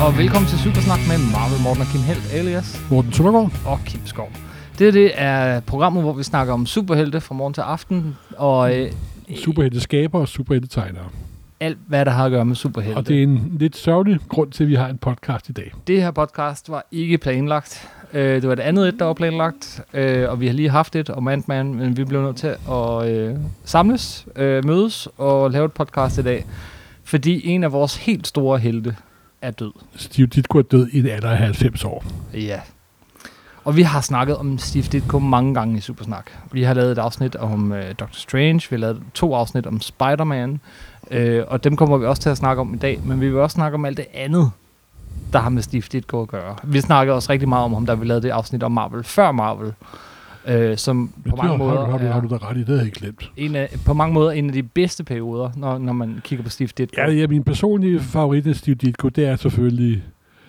og velkommen til Supersnak med Marvel, Morten og Kim Helt, alias Morten Søndergaard og Kim Skov. Det er programmet, hvor vi snakker om superhelte fra morgen til aften, og superhelte skaber og superhelte tegnere. Alt, hvad der har at gøre med superhelte. Og det er en lidt sørgelig grund til, at vi har en podcast i dag. Det her podcast var ikke planlagt. Det var det andet der var planlagt, og vi har lige haft et om Ant-Man, men vi blev nødt til at samles, mødes og lave et podcast i dag, fordi en af vores helt store helte er død. Steve Ditko er død i en alder af 90 år. Ja. Og vi har snakket om Steve Ditko mange gange i Supersnak. Vi har lavet et afsnit om Doctor Strange, vi har lavet 2 afsnit om Spider-Man, og dem kommer vi også til at snakke om i dag, men vi vil også snakke om alt det andet, der har med Steve Ditko at gøre. Vi snakkede også rigtig meget om ham, da vi lavede det afsnit om Marvel før Marvel, som på mange måder har du da ret i, det havde jeg ikke glemt. På mange måder en af de bedste perioder, når man kigger på Steve Ditko. Ja, min personlige favorit af Steve Ditko, det er selvfølgelig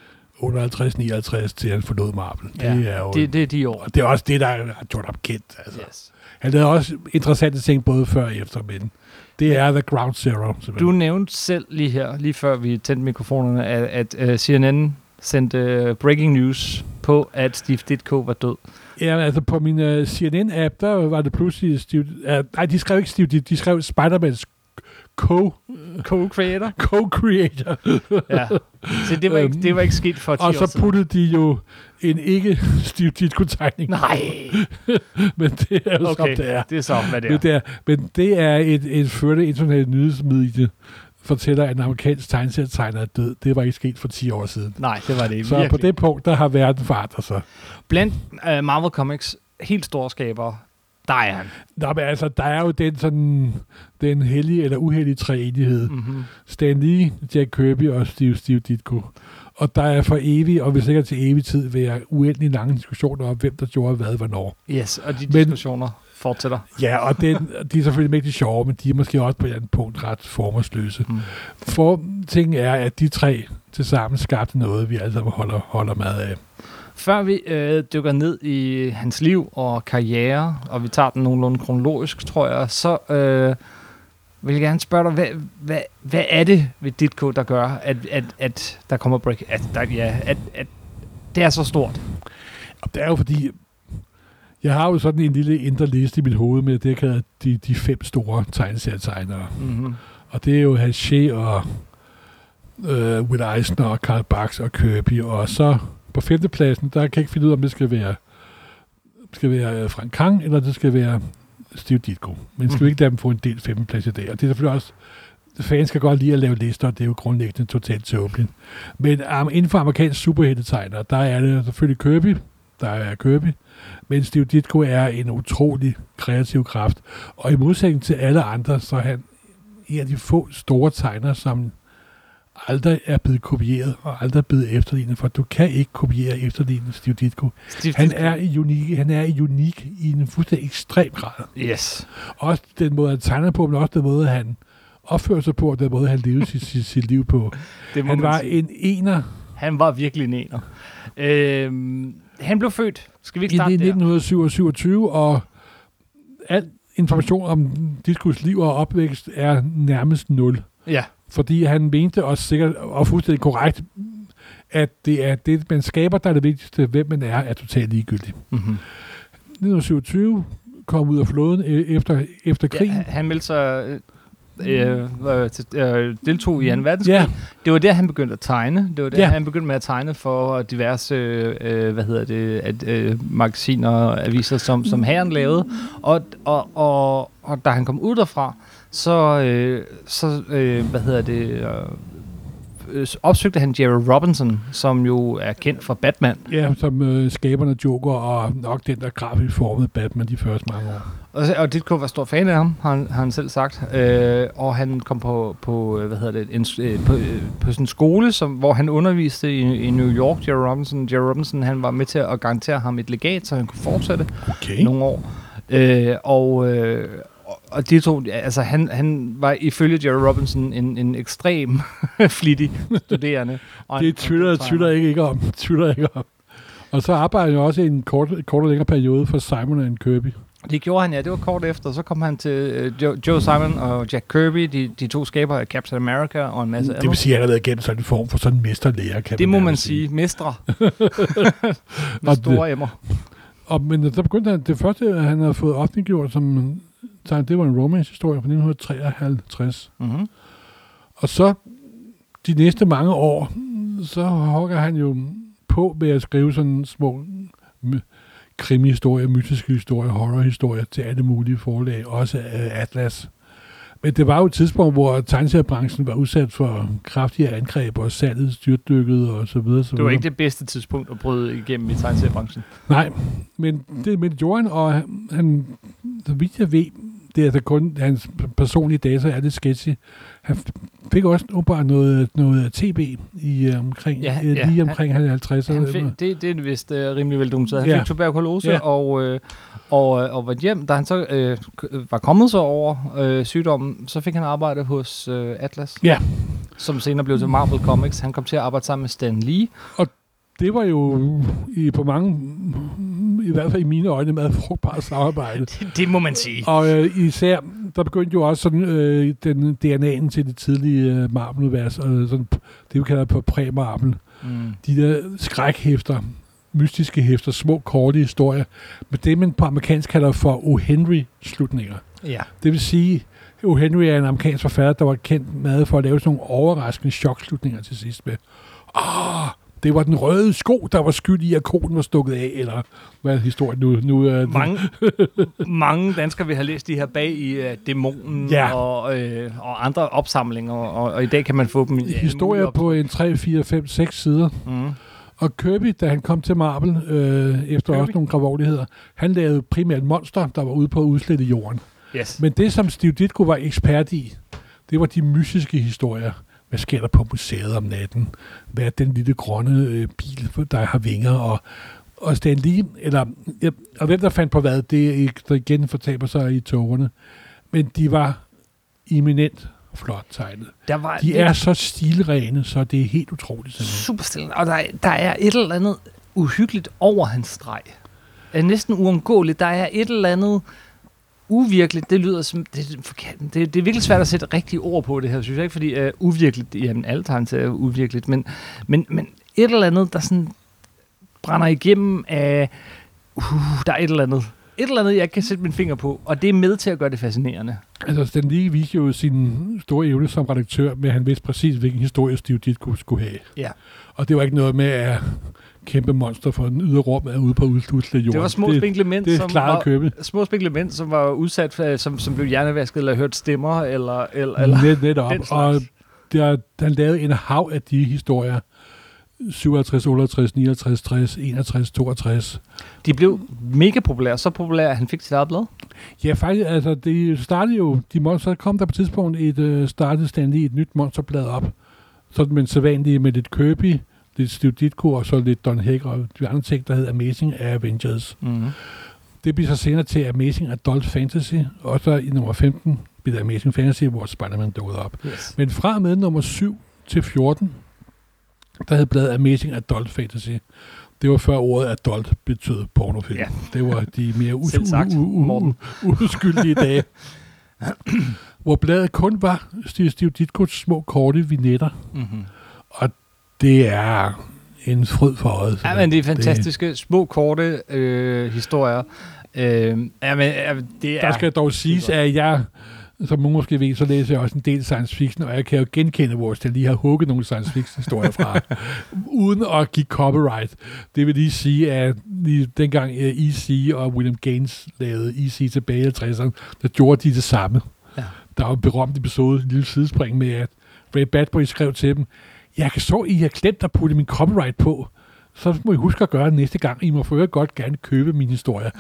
58-59 til han forlod Marvel. Ja, det er jo det er de år. Og det er også det, der har gjort ham kendt. Altså. Yes. Han lavede også interessante ting både før og efter, men det er The Ground Zero. Du nævnte selv lige før vi tændte mikrofonerne, at CNN sendte breaking news på, at Steve Ditko var død. Ja, altså på min CNN-app, der var det pludselig Steve... nej, de skrev ikke Steve Ditko, de skrev Spider-Man's Co-creator. Co-creator. Ja. Så det var ikke sket for 10 år siden. Og så puttede de jo en ikke Steve Ditko-tegning. Nej. Men det er jo okay, som det er. Det er så, hvad det er. Men det er et førte internationalt nyhedsmedie, fortæller, at en amerikansk tegneserietegner er død. Det var ikke sket for 10 år siden. Nej, det var det så virkelig. På det punkt, der har verden forandret sig. Blandt Marvel Comics helt store skabere, der er han. Nå, men altså, der er jo den hellige eller uheldige treenighed. Mm-hmm. Stan Lee, Jack Kirby og Steve Ditko. Og der er for evigt, og vil sikkert til evig tid, være uendelig lange diskussioner om, hvem der gjorde hvad, hvornår. Yes, og de diskussioner fortsætter. Ja, og de er selvfølgelig mægtig sjove, men de er måske også på et andet punkt ret formålsløse. Mm. For ting er, at de 3 tilsammen skabte noget, vi alle holder meget af. Før vi dykker ned i hans liv og karriere, og vi tager den nogenlunde kronologisk, tror jeg, så vil jeg gerne spørge dig, hvad er det ved Ditko, der gør, at der kommer break, at det er så stort? Det er jo fordi, jeg har jo sådan en lille indre liste i mit hoved med, det jeg kalder de 5 store tegneserietegnere. Mm-hmm. Og det er jo Haché og Will Eisner og Carl Barks og Kirby, og så på 5. pladsen, der kan jeg ikke finde ud af, om det skal være Frank Kang, eller det skal være Steve Ditko. Men skal vi ikke lade dem få en del 5. plads i dag? Og det er selvfølgelig også, fans skal godt lide at lave lister, det er jo grundlæggende totalt tåbeligt. Men inden for amerikansk superheltetegner, der er det selvfølgelig Kirby, men Steve Ditko er en utrolig kreativ kraft. Og i modsætning til alle andre, så er han en af de få store tegnere, som aldrig er blevet kopieret og aldrig er blevet efterlignet, for du kan ikke kopiere efterligne Steve Ditko. Han er unik i en fuldstændig ekstrem grad. Yes. Også den måde, han tegner på, men også den måde, han opfører sig på, og den måde, han levede sit liv på. Han var en ener. Han var virkelig en ener. Han blev født. Skal vi ikke starte i 1927, og al information om Ditkos liv og opvækst er nærmest 0. Ja. Fordi han mente også sikkert og fuldstændig korrekt, at det er det, man skaber, der er det vigtigste. Hvem man er totalt ligegyldigt. Mm-hmm. 1927 kom ud af flåden efter krigen. Ja, han meldte sig deltog i 2. verdenskrig. Ja. Det var der, han begyndte at tegne. Det var der, han begyndte med at tegne for diverse magasiner og aviser, som herren lavede. Og da han kom ud derfra, opsøgte han Jerry Robinson, som jo er kendt for Batman. Ja, som skaberne Joker og nok den, der grafisk formede Batman de første mange år. Og Ditko var stor fan af ham, har han selv sagt. Og han kom på sådan en skole, hvor han underviste i New York, Jerry Robinson, han var med til at garantere ham et legat, så han kunne fortsætte nogle år. Og de to, altså han var ifølge Jerry Robinson en ekstrem flittig studerende. Det tvivler ikke om. Og så arbejdede jeg også i en kort og længere periode for Simon & Kirby. Det gjorde han, ja. Det var kort efter. Så kom han til Joe Simon og Jack Kirby, de to skaber af Captain America og en masse andet. Det vil sige, at han har været igennem sådan en form for sådan en mesterlærer, kan det må man sige. Mestre. Med store emmer. Men så begyndte han, det første, han havde fået offentliggjort, det var en romance-historie fra 1953. Mm-hmm. Og så de næste mange år, så hugger han jo på med at skrive sådan små krimihistorier, mytiske historier, horrorhistorier til alle mulige forlag, også Atlas. Men det var jo et tidspunkt, hvor tegneseriebranchen var udsat for kraftige angreb, og salget styrtdykkede og så videre. Det var ikke det bedste tidspunkt at bryde igennem i tegneseriebranchen. Nej, men det gjorde han, og han, så vidt jeg ved, det er altså kun hans personlige data er lidt sketchy. Han fik også bare noget TB i omkring, lige omkring 50'erne. Det er vist rimelig vel dokumenteret. Han fik tuberkulose og var hjem. Da han så var kommet så over sygdommen, så fik han arbejde hos Atlas, som senere blev til Marvel Comics. Han kom til at arbejde sammen med Stan Lee. Og det var jo på mange, i hvert fald i mine øjne, meget frugtbart samarbejde. Det må man sige. Og især, der begyndte jo også sådan, den DNA'en til det tidlige Marvel-univers, og sådan, det vi kalder på præ-Marvel. De der skrækhæfter, mystiske hæfter, små, korte historier, med det, man på amerikansk kalder for O. Henry-slutninger. Ja. Det vil sige, O. Henry er en amerikansk forfatter, der var kendt med for at lave sådan nogle overraskende chokslutninger til sidst med. Det var den røde sko, der var skyld i, at konen var stukket af, eller hvad er historien nu er. Mange danskere vil have læst de her bag i Dæmonen og andre opsamlinger, og i dag kan man få dem i historier på en 3, 4, 5, 6 sider. Og Kirby, da han kom til Marvel, efter også nogle gravordigheder, han lavede primært monster, der var ude på at udslette jorden. Yes. Men det, som Steve Ditko var ekspert i, det var de mystiske historier. Hvad sker der på museet om natten? Hvad er den lille grønne bil, der har vinger? Og Stan Lee, og hvem der fandt på hvad, det der igen fortaber sig i togerne. Men de var eminent flot tegnet. De er så stilrene, så det er helt utroligt. Super stilrene. Og der er et eller andet uhyggeligt over hans streg. Det er næsten uundgåeligt. Der er et eller andet uvirkeligt, det lyder som det er virkelig svært at sætte rigtige ord på det her, synes jeg ikke, fordi uvirkeligt, jamen alle tegneserier er uvirkeligt, men et eller andet, der sådan brænder igennem af der er et eller andet, jeg kan sætte min finger på, og det er med til at gøre det fascinerende. Altså, Stan Lee viste jo sin store evne som redaktør, men han vidste præcis, hvilken historie Steve Ditko skulle have. Ja. Og det var ikke noget med at kæmpe monster for den ydre rum er ude på udslet jorden. Det var små spinkle mænd, som var udsat, som blev hjernevasket eller hørt stemmer, eller netop. Og han lavede en hav af de historier. 57, 58, 59, 60, 61, 62. De blev mega populære, så populære, at han fik sit eget blad? Ja, faktisk, altså, det startede jo, så kom der på et tidspunkt startede Stan Lee et nyt monsterblad op, sådan med en sædvanlig med lidt Kirby, lidt Steve Ditko og så lidt Don Heck og de andre ting, der hed Amazing Avengers. Mm-hmm. Det bliver så senere til Amazing Adult Fantasy, og så i nummer 15 bliver det Amazing Fantasy, hvor Spider-Man dukkede op. Yes. Men fra med nummer 7 til 14, der hed bladet Amazing Adult Fantasy. Det var før ordet adult betød pornofilm. Yeah. Det var de mere uskyldige dage. Hvor bladet kun var Steve Ditkos små korte vignetter. Mm-hmm. Og det er en fryd for øjet. Ja, men det er fantastiske, små, korte historier. Der skal dog siges, at jeg, som nogen måske ved, så læser jeg også en del science fiction, og jeg kan jo genkende, hvor jeg lige har hugget nogle science fiction historier fra, uden at give copyright. Det vil lige sige, at dengang E.C. og William Gaines lavede E.C. tilbage i 60'erne, der gjorde de det samme. Ja. Der var en berømt episode, en lille sidespring med, at Ray Bradbury skrev til dem, jeg kan så, I har glemt at putte min copyright på. Så må I huske at gøre det næste gang. I må for øvrigt godt gerne købe mine historier.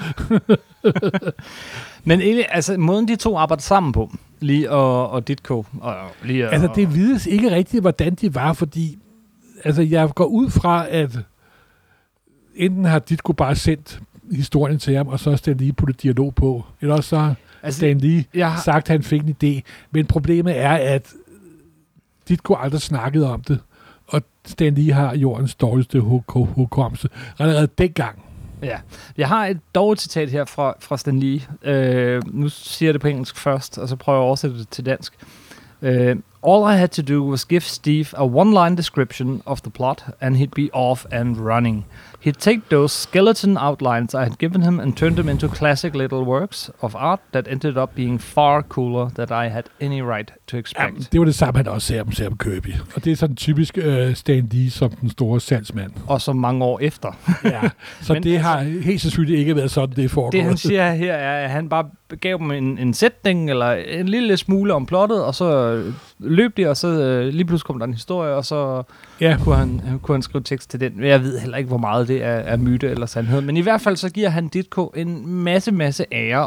Men egentlig, altså måden de to arbejder sammen på, Lee og Ditko. Altså det vides ikke rigtigt, hvordan de var, fordi altså jeg går ud fra, at enten har Ditko bare sendt historien til ham, og så Stan Lee puttet dialog på. Eller også så har Stan Lee sagt, at han fik en idé. Men problemet er, at Ditko aldrig snakkede om det. Og Stan Lee har jordens dårligste hukommelse. Allerede dengang. Ja, jeg har et dårligt citat her fra Stan Lee. Nu siger jeg det på engelsk først, og så prøver jeg at oversætte det til dansk. All I had to do was give Steve a one-line description of the plot, and he'd be off and running. He'd take those skeleton outlines I had given him and turned them into classic little works of art that ended up being far cooler than I had any right to expect. Jamen, det var det samme, han også sagde om Sam Kirby. Og det er sådan typisk Stan Lee som den store salgsmand. Og så mange år efter. Ja, så men det har helt selvfølgelig ikke været sådan, det foregår. Det han siger her er, at han bare gav dem en sætning, eller en lille smule om plottet, og så løb de, og så lige pludselig kom der en historie, og så kunne han skrive tekst til den. Jeg ved heller ikke, hvor meget det er myte eller sandhed, men i hvert fald så giver han Ditko en masse ære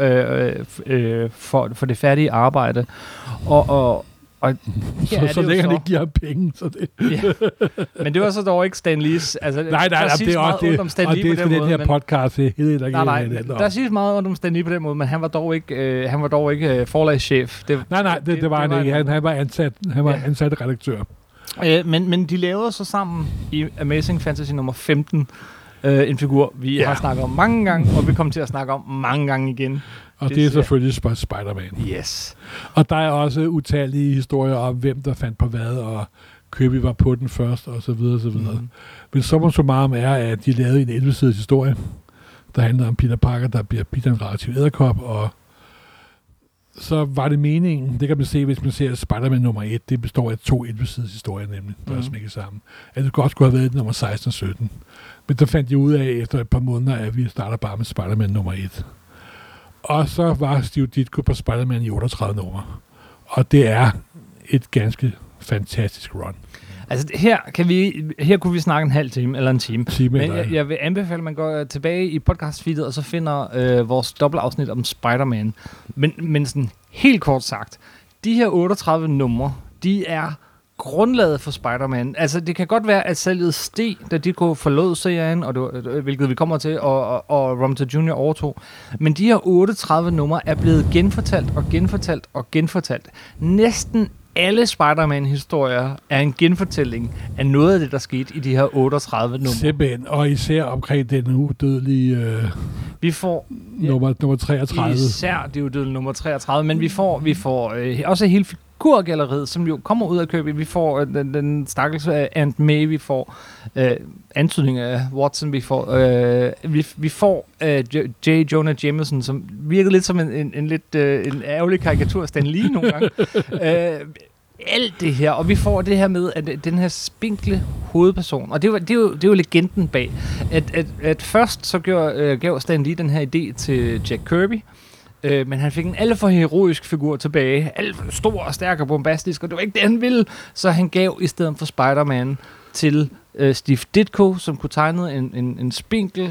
for det færdige arbejde. Og så længe han ikke giver ham penge, så det... Ja. Men det var så dog ikke Stan Lees... Altså, nej, det er også det, og det er den her podcast, det hedder ikke. Der siges meget om Stan Lee på den måde, men han var dog ikke forlagschef. Det var han ikke. Han var ansat redaktør. Men de lavede så sammen i Amazing Fantasy nummer 15 en figur, vi har snakket om mange gange, og vi kommer til at snakke om mange gange igen. Og det er selvfølgelig Spider-Man. Yes. Og der er også utallige historier om, hvem der fandt på hvad, og Kirby var på den først, og så videre, og så videre. Men summa summarum er, at de lavede en 11-sides historie, der handler om Peter Parker, der bliver bidt af en relativ edderkop, og så var det meningen, det kan man se, hvis man ser Spider-Man nummer 1, det består af 2 11-sides historier nemlig, der er smækket sammen. At det godt skulle have været nummer 16 og 17. Men der fandt de ud af efter et par måneder, at vi starter bare med Spider-Man nummer 1. Og så var Steve Ditko på Spider-Man i 38 nummer. Og det er et ganske fantastisk run. Altså her kunne vi snakke en halv time eller en time. Men jeg vil anbefale, at man går tilbage i podcastfeedet og så finder vores dobbeltafsnit om Spider-Man. Men sådan helt kort sagt, de her 38 numre, de er grundlaget for Spider-Man. Altså, det kan godt være, at salget steg, da Ditko forlod serien, hvilket vi kommer til, og Romita Jr. overtog. Men de her 38 numre er blevet genfortalt. Næsten alle Spider-Man-historier er en genfortælling af noget af det, der skete i de her 38 numre. Simpelthen, og især omkring den udødelige vi får nummer 33. Især det udødelige nummer 33, men vi får også hele figurgalleriet, som jo kommer ud af Kirby. Vi får den stakkels Aunt May, vi får antydning af Watson, vi får J. Jonah Jameson, som virkede lidt som en ærgerlig karikatur af Stan Lee nogle gange. Alt det her, og vi får det her med, at den her spinkle hovedperson, og det er jo legenden bag, at først så gav Stan Lee den her idé til Jack Kirby, men han fik en alt for heroisk figur tilbage, alt for stor og stærk og bombastisk, og det var ikke det, han ville, så han gav i stedet for Spider-Man til Steve Ditko, som kunne tegne en spinkel.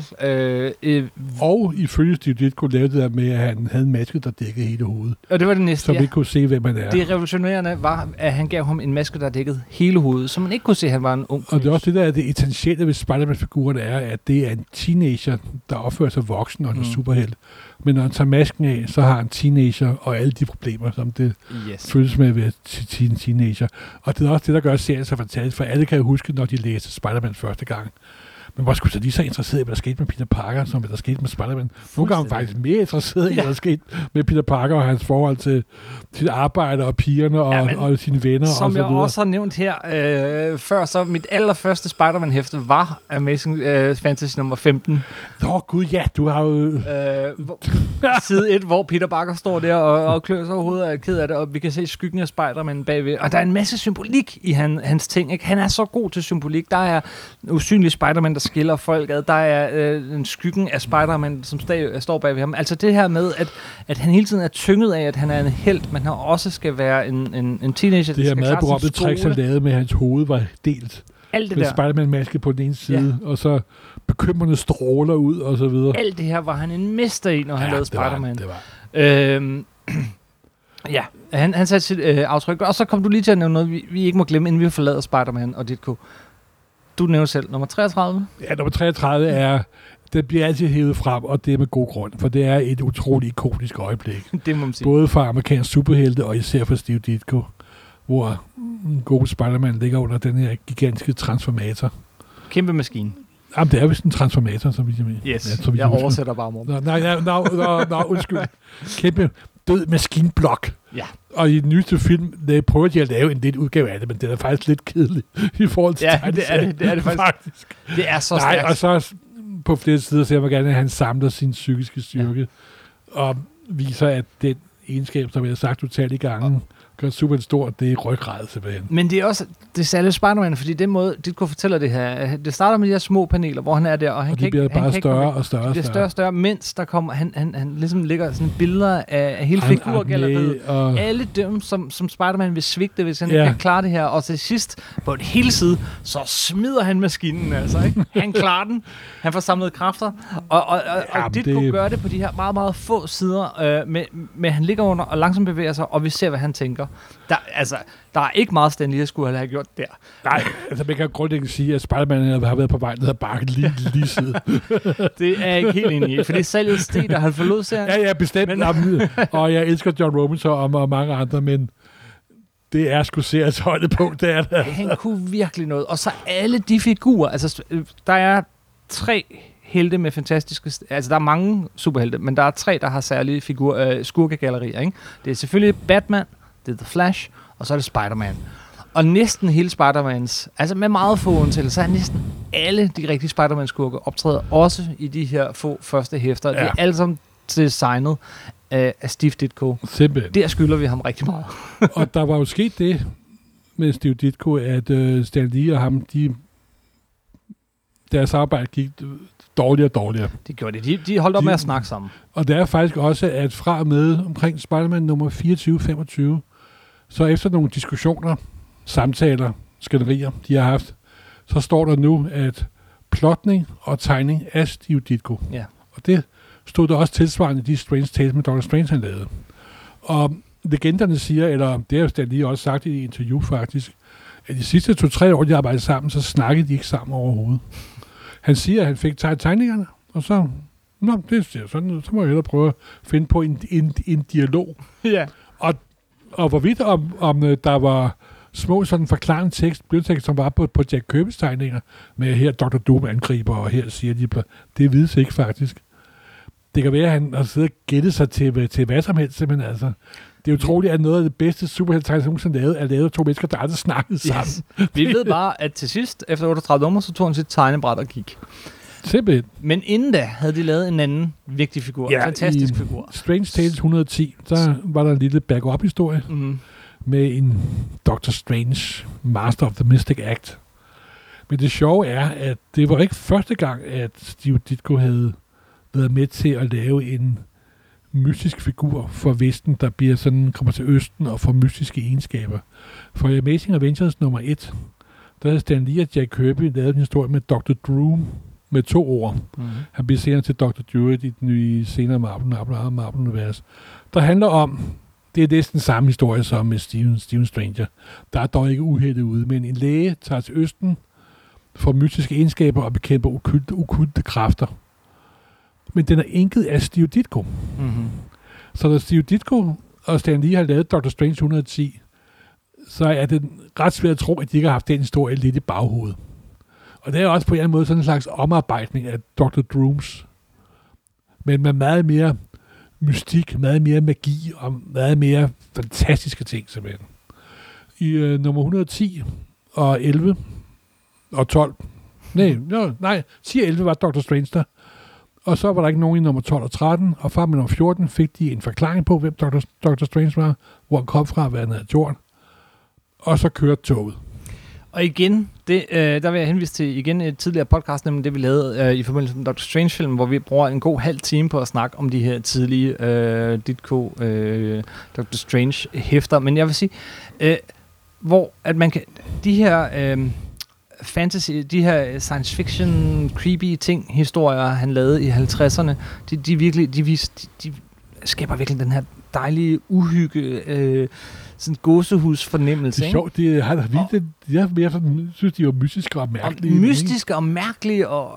Og ifølge Steve Ditko lavede det der med, at han havde en maske, der dækkede hele hovedet. Og det var det næste, så vi ikke kunne se, hvem han er. Det revolutionerende var, at han gav ham en maske, der dækkede hele hovedet, så man ikke kunne se, at han var en ung. Og det er også det der, det essentielle ved Spider-Man-figuren er, at det er en teenager, der opfører sig voksen og en superhelt. Men når han tager masken af, så har han teenager og alle de problemer, som det føles med at være en teenager. Og det er også det, der gør serien så fantastisk, for alle kan jo huske, når de læste Spider-Man første gang. Men hvor skulle så lige så interesseret i, hvad der skete med Peter Parker, som hvad der skete med Spider-Man? Nogle gange faktisk mere interesseret i, hvad der skete med Peter Parker og hans forhold til sit arbejde og pigerne og sine venner. Som og så jeg også har nævnt her før, så mit allerførste Spider-Man-hæfte var Amazing Fantasy nummer 15. Gud, ja, du har jo... side 1, hvor Peter Parker står der og klør sig overhovedet og er ked af det, og vi kan se skyggen af Spider-Man bagved. Og der er en masse symbolik i hans ting, ikke? Han er så god til symbolik. Der er usynlig Spider-Man, der skiller folk ad. Der er en skyggen af Spider-Man, som står bagved ham. Altså det her med, at han hele tiden er tynget af, at han er en helt, men han også skal være en teenager. Det her meget berømte trick, han lavede med, hans hoved var delt. Alt det med der. Spider-Man-maske på den ene side, og så bekymrende stråler ud, og så videre. Alt det her var han en mester i, når han lavede Spider-Man. Det var. Ja, han satte sit aftryk. Og så kom du lige til at nævne noget, vi ikke må glemme, inden vi forlader Spider-Man og Ditko. Du nævner selv nummer 33. Ja, nummer 33 er... Det bliver altid hævet frem, og det er med god grund, for det er et utroligt ikonisk øjeblik. Det må man sige. Både for amerikansk superhelte, og især for Steve Ditko, hvor en god Spider-Man ligger under den her gigantiske transformator. Kæmpe maskine. Jamen, det er vist en transformator, som vi mener. Yes, ja, jeg oversætter bare Nå, undskyld. Kæmpe død maskinblok. Ja. Og i den nyeste film, prøver de at lave en lidt udgave af det, men det er faktisk lidt kedeligt i forhold til det er det faktisk. Det er så stærkt. Nej, og så på flere sider ser man gerne, at han samler sin psykiske styrke, og viser, at den egenskab, som jeg har sagt utallige gange, gør super stort, det er ryggrad simpelthen. Men det er også, det særlige Spider-Man, fordi den måde, Ditko fortæller det her, det starter med de her små paneler, hvor han er der, og han kan bliver bare større og større. Det bliver større og større, mens der kommer, han ligesom lægger sådan billeder af hele figurgalleriet. Alle dem, som Spider-Man vil svigte, hvis han ikke kan klare det her, og til sidst, på en hel side, så smider han maskinen, altså, ikke? Han klarer den, han får samlet kræfter, og Ditko gør det på de her meget, meget få sider, med han ligger under og langsomt bevæger sig, og vi ser, hvad han tænker. Der er ikke meget Stan Lee skulle have gjort der. Nej, altså man kan grundlæggende sige, at Spider-Man har været på vej ned ad bakken lige siden. Det er jeg ikke helt enig i, for det er salget steg, der han forlod serien. Ja, bestemt. Og jeg elsker John Romita og mange andre, men det er sgu seriens højdepunkt, det er det. Altså. Han kunne virkelig noget. Og så alle de figurer, altså der er 3 helte med fantastiske... Altså, der er mange superhelte, men der er 3, der har særlige skurkegallerier, ikke? Det er selvfølgelig Batman, det er The Flash, og så er det Spider-Man. Og næsten hele Spider-Mans, altså med meget få undtagelser, så er næsten alle de rigtige Spider-Man-skurke optræder også i de her få første hæfter. Ja. Det er alle sammen designet af Steve Ditko. Simpelthen. Der skylder vi ham rigtig meget. Og der var jo sket det med Steve Ditko, at Stan Lee og ham, deres arbejde gik dårligere og dårligere. Det gjorde det. De holdt op med at snakke sammen. Og det er faktisk også, at fra og med omkring Spider-Man nummer 24-25, så efter nogle diskussioner, samtaler, skænderier, de har haft, så står der nu, at plotning og tegning af Steve Ditko. Ja. Og det stod der også tilsvarende i de Strange Tales med Dr. Strange, han lavede. Og legenderne siger, eller det har Stan Lee også sagt i et interview faktisk, at de sidste 2-3 år, de arbejdede sammen, så snakkede de ikke sammen overhovedet. Han siger, at han fik tegningerne, og så... det ser sådan ud. Så må jeg hellere prøve at finde på en dialog. Ja. Og hvorvidt om der var små sådan forklarende billedtekst, som var på Jack Kirby's tegninger, med her Dr. Doom angriber, og her siger de... Det vides ikke faktisk. Det kan være, at han har siddet og gættet sig til hvad som helst, simpelthen altså. Det er utroligt, at noget af det bedste superheltetegn, som han lavede, er lavet af 2 mennesker, der aldrig snakkede sammen. Yes. Vi ved bare, at til sidst, efter 38 nummer, så tog han sit tegnebræt og gik. Simpelthen. Men inden da havde de lavet en anden vigtig figur. En fantastisk figur. Strange Tales 110, der var der en lille back-up-historie med en Dr. Strange, Master of the Mystic Act. Men det sjove er, at det var ikke første gang, at Steve Ditko havde været med til at lave en mystisk figur for Vesten, der bliver sådan, kommer til Østen og får mystiske egenskaber. For i Amazing Avengers nummer 1, der havde Stan Lee og Jack Kirby lavet en historie med Dr. Doom med 2 ord. Han bliver senere til Dr. Druid i den nye senere Marvel-univers. Der handler om, det er næsten samme historie som med Stephen Stranger. Der er dog ikke uheldet ude, men en læge tager til Østen, får mystiske egenskaber og bekæmper okulte kræfter. Men den er enket af Steve Ditko. Så da Steve Ditko og Stan Lee har lavet Dr. Strange 110, så er det ret svært at tro, at de ikke har haft den historie lidt i baghovedet. Og det er også på en eller anden måde sådan en slags omarbejdning af Dr. Dooms. Men med meget mere mystik, meget mere magi og meget mere fantastiske ting, simpelthen. I nummer 110 og 11 og 12, 10 og 11 var Dr. Strange der. Og så var der ikke nogen i nummer 12 og 13, og frem med nummer 14 fik de en forklaring på, hvem Dr. Strange var, hvor han kom fra, hvad han havde gjort. Og så kørte toget. Og igen, der vil jeg henvise til igen et tidligere podcast, nemlig det vi lavede i forbindelse med Dr. Strange-film, hvor vi bruger en god halv time på at snakke om de her tidlige Ditko Dr. Strange-hæfter. Men jeg vil sige, hvor at man kan... De her... fantasy, de her science fiction, creepy ting, historier, han lavede i 50'erne, de skaber virkelig den her dejlige uhygge, sådan gåsehus fornemmelse. Det er sjovt, jeg synes, de var mystiske og mærkelige. Mystiske og mærkelige, og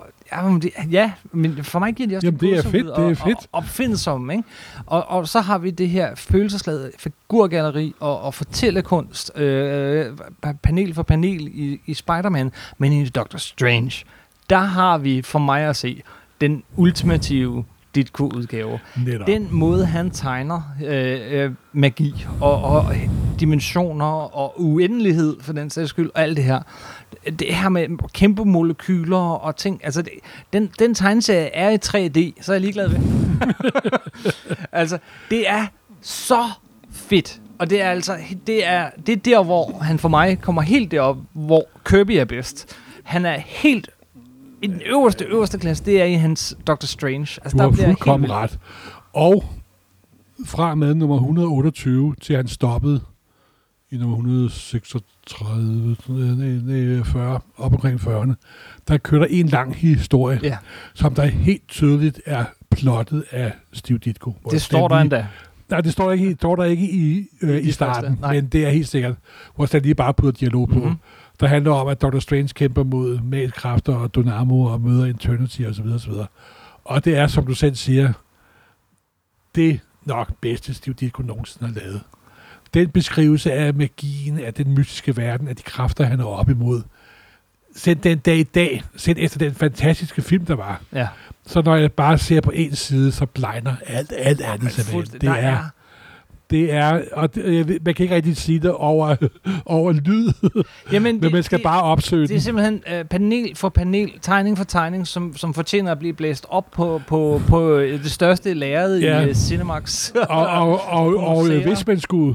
men for mig giver de også det er fedt. Og opfindsomme, ikke? Og så har vi det her følelsesladet figurgalleri og fortællekunst, panel for panel i Spider-Man, men i Dr. Strange, der har vi, for mig at se, den ultimative Ditko-udgave. Den måde, han tegner magi og dimensioner og uendelighed, for den sags skyld, og alt det her. Det her med kæmpe molekyler og ting. Altså, den tegneserie er i 3D, så er jeg ligeglad ved. Altså, det er så fedt. Og det er altså, det er der, hvor han for mig kommer helt derop, hvor Kirby er bedst. Han er helt i den øverste klasse, det er i hans Doctor Strange. Altså, du har fuldkommen ret. Og fra med nummer 128 til han stoppede i nummer 136, 40, op omkring 40'erne, der kører der en lang historie, som der helt tydeligt er plottet af Steve Ditko. Det står der endda. Nej, det står der ikke i starten, men det er helt sikkert, hvor der lige bare putter dialog på. Der handler om, at Dr. Strange kæmper mod magtkræfter og Dormammu og møder Eternity osv. osv. Og det er, som du selv siger, det nok bedste Steve Ditko nogensinde har lavet. Den beskrivelse af magien, af den mystiske verden, af de kræfter, han er op imod. Selv den dag i dag, selv efter den fantastiske film, der var. Ja. Så når jeg bare ser på en side, så blegner alt andet. Det er, og man kan ikke rigtig sige det over lyd, jamen, men man skal bare opsøge det. Det er simpelthen panel for panel, tegning for tegning, som fortjener at blive blæst op på det største lærred i Cinemax. og hvis man skulle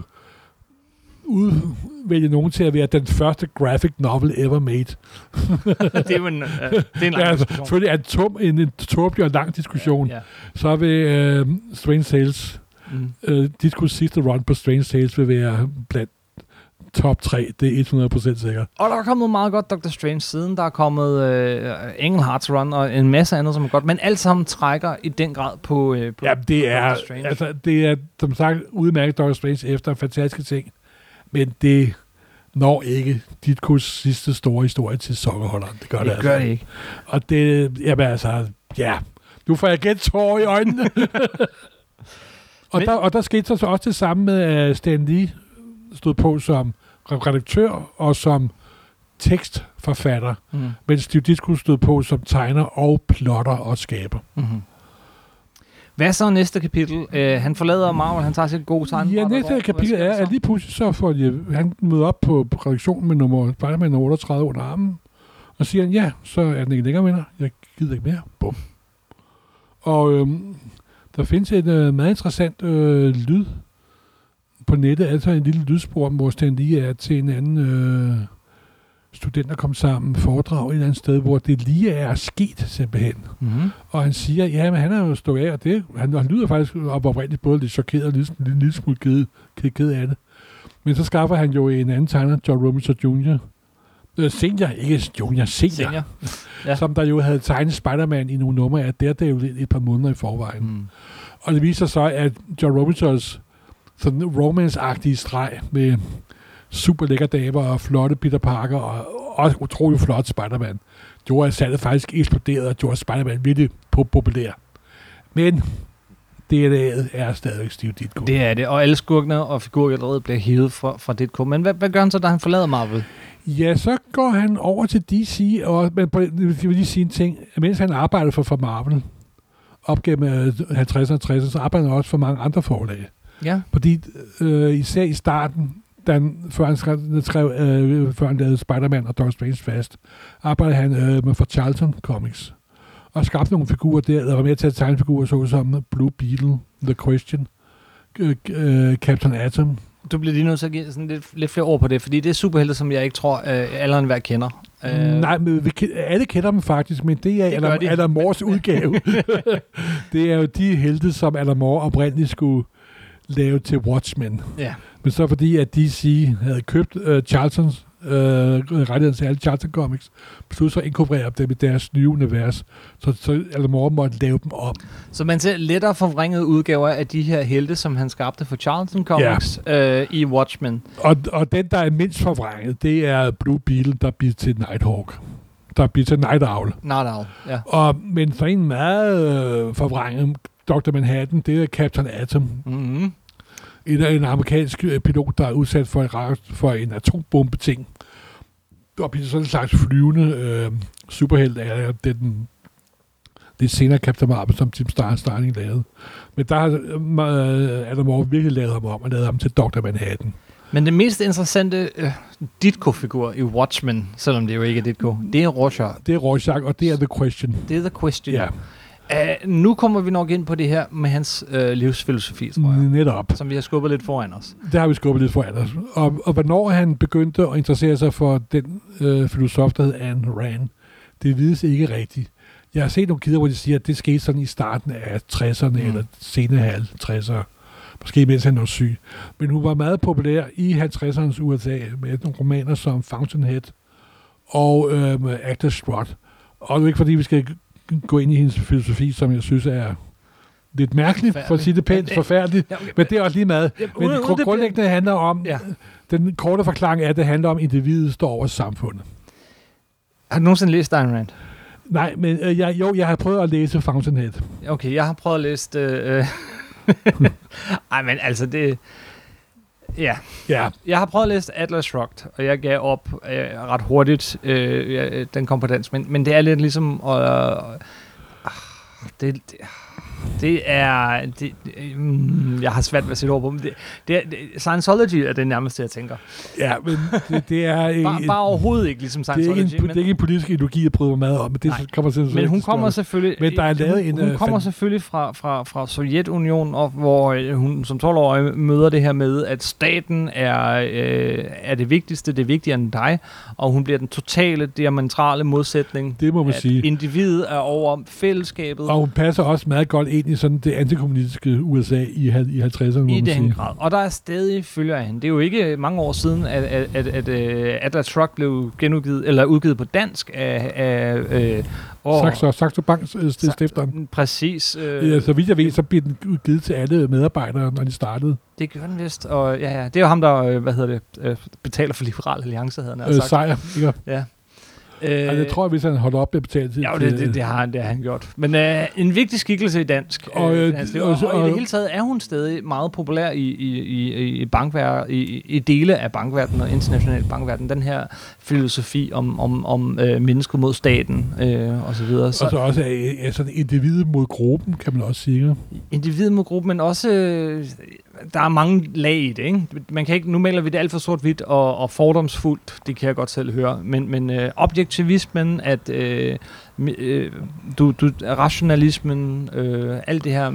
udvælge nogen til at være den første graphic novel ever made. Det er jo en lang diskussion. Selvfølgelig er en tåbelig og lang diskussion. Ja. Så vil Strange Tales Ditko's sidste run på Strange Tales vil være blandt top 3. Det er 100% sikkert. Og der er kommet meget godt Doctor Strange siden. Der er kommet Engelharts run og en masse andet, som er godt. Men alt sammen trækker i den grad på ja, det er, Strange. Altså, det er, som sagt, udmærket Doctor Strange efter fantastiske ting. Men det når ikke Ditko's sidste store historie til sokkerholderen. Det gør det, gør det ikke. Og det, jamen altså, ja. Nu får jeg igen tårer i øjnene. Og der skete så også det samme med, at Stan Lee stod på som redaktør og som tekstforfatter, mens Steve Ditko stod på som tegner og plotter og skaber. Mm-hmm. Hvad så næste kapitel? Han forlader Marvel, han tager sit gode tegn. Ja, næste kapitel er, at lige pludselig så får han møder op på redaktionen med nummer 38 under armen, og siger, ja, så er den ikke længere med. Jeg gider ikke mere. Bum. Og der findes et meget interessant lyd på nettet, altså en lille lydspor, hvor Stan Lee er til en anden student, der kom sammen foredrag et eller andet sted, hvor det lige er sket simpelthen. Mm-hmm. Og han siger, ja, men han er jo stået af, og det, han lyder faktisk oprindeligt både lidt chokeret og lidt lille smule ked af det. Men så skaffer han jo en anden tegner, John Romita Jr., senior, ja. Som der jo havde tegnet Spider-Man i nogle numre af Daredevil et par måneder i forvejen. Mm. Og det viser sig, at John Romitas sådan romance-agtige streg med super lækker damer og flotte Peter Parker og også utrolig flot Spider-Man gjorde, at salget faktisk eksploderede og gjorde Spider-Man virkelig populær. Men DNA'et er stadigvæk Steve Ditko. Det er det, og alle skurkene og figurgalleriet bliver hævet fra Ditko. Men hvad gør han så, da han forlader Marvel? Ja, så går han over til DC, men jeg vil lige sige en ting. Mens han arbejder for Marvel, op gennem 50'erne og 60'erne, så arbejder han også for mange andre forlag. Ja. Fordi især i starten, før han lavede Spider-Man og Doctor Strange fast, arbejdede han med for Charlton Comics. Og skabte nogle figurer der var med til at tegne figurer, såsom Blue Beetle, The Question, Captain Atom. Du bliver lige nødt til at give sådan lidt flere ord på det, fordi det er superhelte, som jeg ikke tror, alle enhver kender. Nej, men alle kender dem faktisk, men det er Alan Moores udgave. Det er jo de helte, som Alan Moore oprindeligt skulle lave til Watchmen. Ja. Men så fordi, at DC havde købt Charltons rettigheden til alle Charlton Comics, besluttede sig at inkorporere dem i deres nye univers, så Alan Moore måtte lave dem op. Så man ser lettere forvrængede udgaver af de her helte, som han skabte for Charlton Comics i Watchmen. Og den, der er mindst forvrænget, det er Blue Beetle, der bliver til Nighthawk. Der bliver til Night Owl. Ja. Men så en meget forvrænget Dr. Manhattan, det er Captain Atom. Mm-hmm. En amerikansk pilot, der er udsat for en atombombe-ting. og blive sådan en slags flyvende superhelt af den lidt senere Captain Marvel, som Tim Starling lavede. Men der har Adam Warlock virkelig lavet ham om, og lavet ham til Dr. Manhattan. Men det mest interessante Ditko-figur i Watchmen, selvom det jo ikke er Ditko, det er Rorschach. Det er Rorschach, og det er The Question. Det er The Question. Ja. Nu kommer vi nok ind på det her med hans livsfilosofi, tror jeg. Netop. Som vi har skubbet lidt foran os. Det har vi skubbet lidt foran os. Og hvornår han begyndte at interessere sig for den filosof, der hed Ayn Rand, det vides ikke rigtigt. Jeg har set nogle kilder, hvor de siger, at det skete sådan i starten af 60'erne, eller senere 50'ere. Måske mens han var syg. Men hun var meget populær i 50'ernes USA med nogle romaner som Fountainhead og Actors Strut. Og det er ikke fordi, vi skal gå ind i hendes filosofi, som jeg synes er lidt mærkeligt, for at sige det pænt, forfærdeligt. Ja, okay. Men det er også lige meget. Men grundlæggende handler om, den korte forklaring er, at det handler om, at individet står over samfundet. Har du nogensinde læst Ayn Rand? Nej, men jeg har prøvet at læse Fountainhead. Okay, jeg har prøvet at læse ej, men altså det... Ja. Jeg har prøvet at læse Atlas Shrugged, og jeg gav op ret hurtigt. Den kom på dansk, men det er lidt ligesom... jeg har svært ved at sætte ord på, men Scientology er det nærmeste, jeg tænker. Ja, men det er... bare overhovedet ikke ligesom Scientology. Det er ikke en politisk ideologi, jeg prøver meget om, men det kommer til men hun kommer selvfølgelig... Men der er lavet hun kommer selvfølgelig fra Sovjetunionen, og hvor hun som 12-årig møder det her med, at staten er det vigtigste, det er vigtigere end dig, og hun bliver den totale, diametrale modsætning. Det må man sige. Individet er over fællesskabet. Og hun passer også meget godt ind i sådan det antikommunistiske USA i 50'erne. I den grad. Og der er stadig følger af hende. Det er jo ikke mange år siden, at Atlas Shrugged blev genudgivet, eller udgivet på dansk af Saxo Banks stifteren. Præcis. Så vidt jeg ved, så bliver den udgivet til alle medarbejdere, når de startede. Det gør den vist. Og det er jo ham, der betaler for Liberal Alliance, havde han sagt. Sejr, ikke? Ja. Jeg tror, hvis han holder op med at betale til... Ja, det har han gjort. Men en vigtig skikkelse i dansk. Og i det hele taget er hun stadig meget populær i bankverdenen, i dele af bankverdenen og international bankverden. Den her filosofi om mennesket mod staten og så videre. Og så også sådan individet mod gruppen, kan man også sige. Individet mod gruppen, men også... der er mange lag i det, ikke? Man kan ikke, nu maler vi det alt for sort-hvidt og fordomsfuldt, det kan jeg godt selv høre, men objektivismen, at rationalismen, alt det her,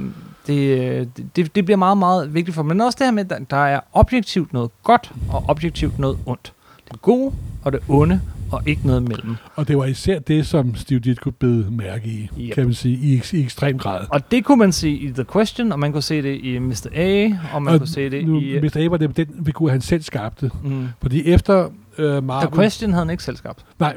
det bliver meget, meget vigtigt for mig. Men også det her med, at der er objektivt noget godt, og objektivt noget ondt. Det gode og det onde, og ikke noget mellem. Og det var især det, som Steve Ditko bed mærke i, kan man sige, i ekstrem grad. Og det kunne man se i The Question, og man kunne se det i Mr. A, og man kunne se det i... Mr. A var det den figur, han selv skabte. Fordi efter Marvel... The Question havde han ikke selv skabt. Nej.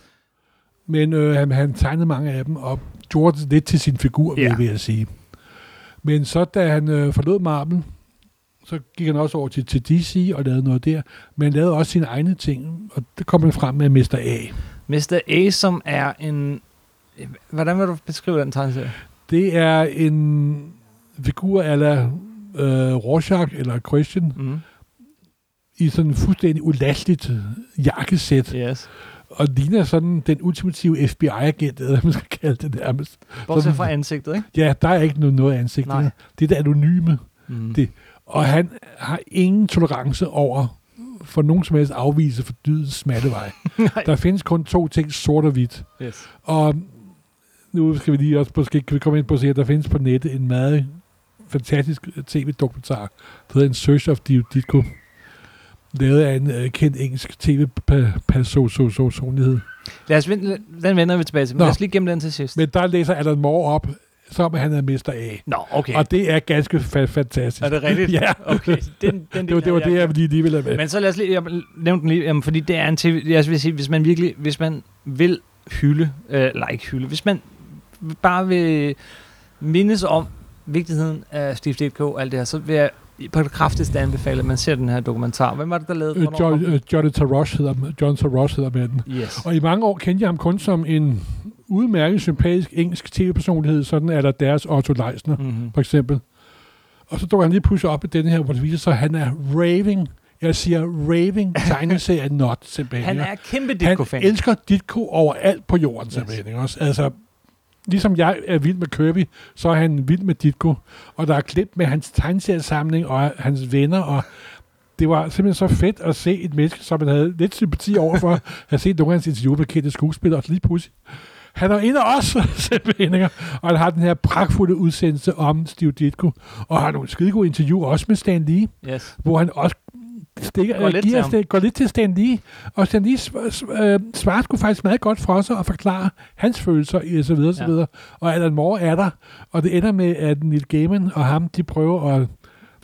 Men han tegnede mange af dem, og gjorde det lidt til sin figur, vil jeg sige. Men så da han forlod Marvel, så gik han også over til DC og lavede noget der, men han lavede også sine egne ting, og det kom han frem med Mr. A. Mr. A, som er en... Hvordan vil du beskrive den tegneserie? Det er en figur eller Rorschach eller Question i sådan en fuldstændig ulasteligt jakkesæt. Yes. Og ligner sådan den ultimative FBI-agent, eller hvad man skal kalde det nærmest. Bortset fra ansigtet, ikke? Ja, der er ikke noget ansigt. Det er det anonyme. Det. Og han har ingen tolerance over for nogen som helst afvise for dydens smattevej. Der findes kun 2 ting, sort og hvidt. Yes. Og nu skal vi lige også måske komme ind på at se, at der findes på nettet en meget fantastisk tv-dokumentar, der hedder En Search of Ditko, lavet af en kendt engelsk tv-personlighed. Den vender vi tilbage til, men lad os lige gemme den til sidst. Men der læser Alan Moore op, som han er Mr. A. Nå, okay. Og det er ganske fantastisk. Er det rigtigt? Ja. Okay. Det var det, jeg lige ville have med. Men så lad os lige, jeg nævnte den lige, fordi det er en TV, jeg vil sige, hvis man vil hylde, eller ikke hylde, hvis man bare vil mindes om vigtigheden af Steve Ditko og alt det her, så vil jeg på det kraftigste anbefale, at man ser den her dokumentar. Hvem var det, der lavede? John Tarosh hedder med den. Yes. Og i mange år kendte jeg ham kun som en udmærket, sympatisk engelsk tv-personlighed, sådan er der deres Otto Leisner, for eksempel. Og så dukker han lige pludselig op i den her, hvor det viser sig, at han er raving Jeg siger raving tegneserie not, simpelthen. Han er kæmpe Ditko-fan. Han elsker Ditko overalt på jorden, simpelthen. Også. Altså, ligesom jeg er vild med Kirby, så er han vild med Ditko. Og der er klip med hans tegneseriesamling og hans venner, og det var simpelthen så fedt at se et menneske, som man havde lidt sympati overfor, at have set nogle af hans interview med kendte skuespillere, og lige pludselig. Han er en af os, simpelthen, og han har den her pragtfulde udsendelse om Steve Ditko, og har nogle skidegode interview også med Stan Lee, hvor han også går lidt til Stan Lee, og Stan Lee svarer sgu faktisk meget godt for sig og forklarer hans følelser i så videre, så videre. Og Alan Moore er der, og det ender med, at Neil Gaiman og ham, de prøver at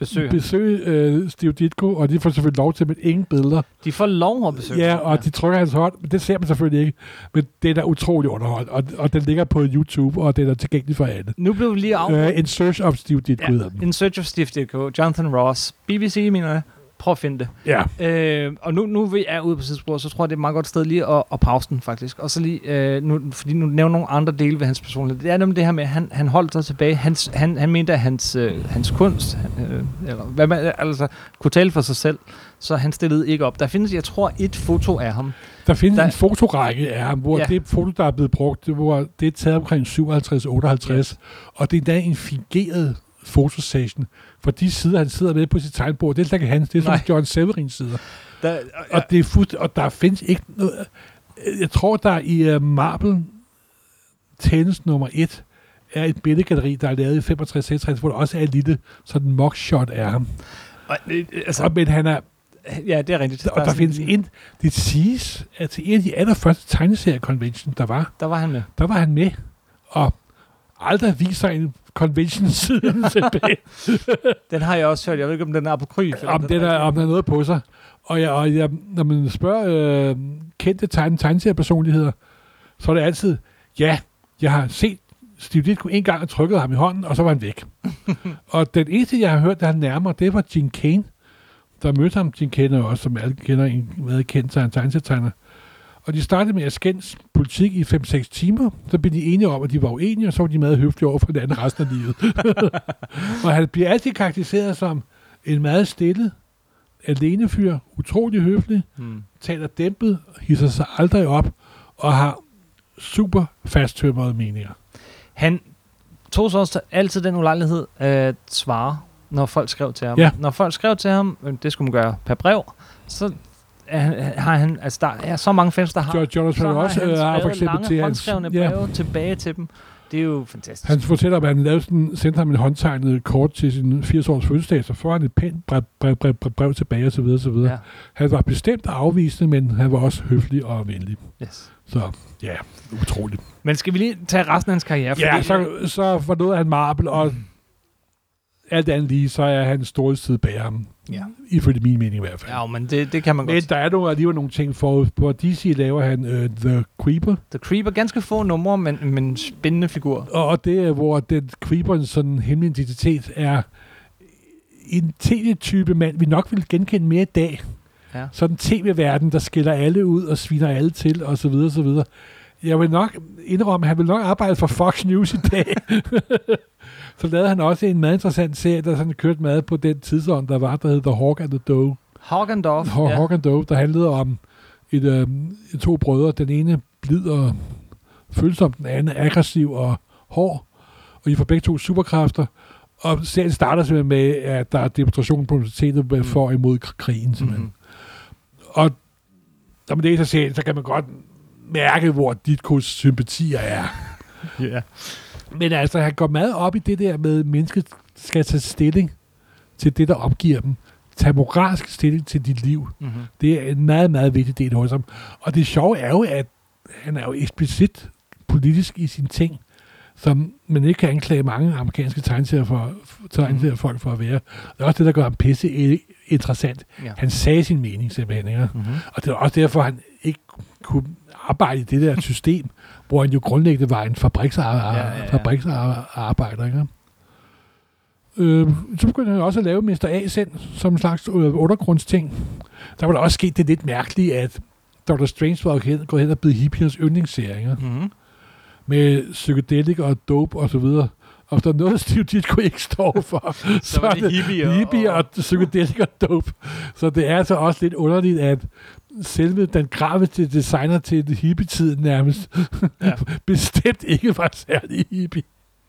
besøge Steve Ditko, og de får selvfølgelig lov til med ingen billeder. De får lov at besøge. Ja, og de trykker hans hånd, men det ser man selvfølgelig ikke. Men det er da utrolig underholdt, og den ligger på YouTube, og den er tilgængelig for alle. Nu blev vi lige afbrudt. In Search of Steve Ditko. Ja, In Search of Steve Ditko. Jonathan Ross. BBC, mener jeg. Prøv at finde det. Ja. Og nu vi er ude på sidespor, så tror jeg, det er et meget godt sted lige at pause den, faktisk. Og så lige, fordi nu nævner nogle andre dele ved hans personlighed. Det er nemlig det her med, at han holdt sig tilbage. Han mente, at hans kunst, eller hvad man altså kunne tale for sig selv, så han stillede ikke op. Der findes, jeg tror, et foto af ham. Der findes en fotorække af ham, hvor det foto, der er blevet brugt, det er taget omkring 57-58, og det er da en fingeret fotosession, for de sider, han sidder med på sit tegnbord, det er ikke hans, det er som John Severins sider. Og det er og der findes ikke noget. Jeg tror, der i Marble Tennis nummer 1 er et billedgalleri, der er lavet i 65-66, hvor der også er et lille sådan mockshot af ham. Men han er... Ja, det er rigtigt. Og der findes det siges, at til en af de allerførste tegneserie-convention, der var han med. Og aldrig viser en convention-siden tilbage. Den har jeg også hørt. Jeg ved ikke, om den er apokryf. Om der er noget på sig. Og når man spørger kendte tegneseriepersonligheder, så er det altid, jeg har set Steve Ditko en gang og trykket ham i hånden, og så var han væk. Og den eneste, jeg har hørt, der han nærmere, det var Gene Kane, der mødte ham. Gene Kane er også, som alle kender, en meget kendt tegneserietegner. Og de startede med at skændes politik i 5-6 timer. Så blev de enige om, at de var uenige, og så var de meget høflige over for hinanden resten af livet. Og han bliver altid karakteriseret som en meget stille, alene fyr, utrolig høflig, taler dæmpet, hisser sig aldrig op, og har super fasttømrede meninger. Han tog så også altid den ulejlighed at svare, når folk skrev til ham. Ja. Når folk skrev til ham, det skulle man gøre per brev, så har han, altså der er så mange fans, der har Jonathan også har for eksempel lange til håndskrevne breve tilbage til dem. Det er jo fantastisk. Han fortæller, at han sendte ham en håndtegnet kort til sin 80-års fødselsdag, så får han et pænt brev tilbage og så videre, så videre. Ja. Han var bestemt afvisende, men han var også høflig og venlig. Yes. Så ja, utroligt. Men skal vi lige tage resten af hans karriere? Ja, så forlod han Marble, og alt andet lige, så er han storhedstid bag ham. Ja. Ifølge min mening i hvert fald. Ja, men det kan man godt. Men der er alligevel nogle ting for. På DC laver han The Creeper. The Creeper, ganske få numre, men spændende figur. Og det er, hvor den Creeperens sådan hemmelige identitet er en tv-type mand, vi nok vil genkende mere i dag. Ja. Sådan en tv-verden, der skiller alle ud og sviner alle til, og så videre, så videre. Jeg vil nok indrømme, at han vil nok arbejde for Fox News i dag. Så lavede han også en meget interessant serie, der sådan kørte meget på den tidsånd, der hed The Hawk and the Dove. Hawk and Dove, Hawk and Dove, der handlede om to brødre. Den ene blid og følsom, den anden aggressiv og hård. Og de får begge to superkræfter. Og serien starter simpelthen med, at der er demonstration på universitetet for imod krigen. Simpelthen. Og når man læser serien, så kan man godt mærke, hvor Ditkos sympatier er. Yeah. Men altså, han går meget op i det der med, at mennesket skal tage stilling til det, der omgiver dem. Tag moralsk stilling til dit liv. Mm-hmm. Det er en meget, meget vigtig del hos ham. Og det sjove er jo, at han er jo eksplicit politisk i sine ting, som man ikke kan anklage mange amerikanske tegneseriefolk for at være. Det er også det, der gør ham pisse interessant. Ja. Han sagde sin mening simpelthen. Ikke? Mm-hmm. Og det er også derfor, han ikke kunne arbejde i det der system, hvor han jo grundlæggende var en fabriksarbejder. Ikke? Så begyndte han også at lave Mr. A selv, som en slags undergrundsting. Der var der også sket det lidt mærkelige, at Dr. Strange var gået hen og blevet hippiers yndlingsserie. Mm-hmm. Med psykedelik og dope og så videre. Og hvis der er noget, Steve Ditko ikke står for, så er det hippie og psychedelic og dope. Så det er altså også lidt underligt, at selve den grafiske designer til det hippie-tiden nærmest bestemt ikke var særlig hippie.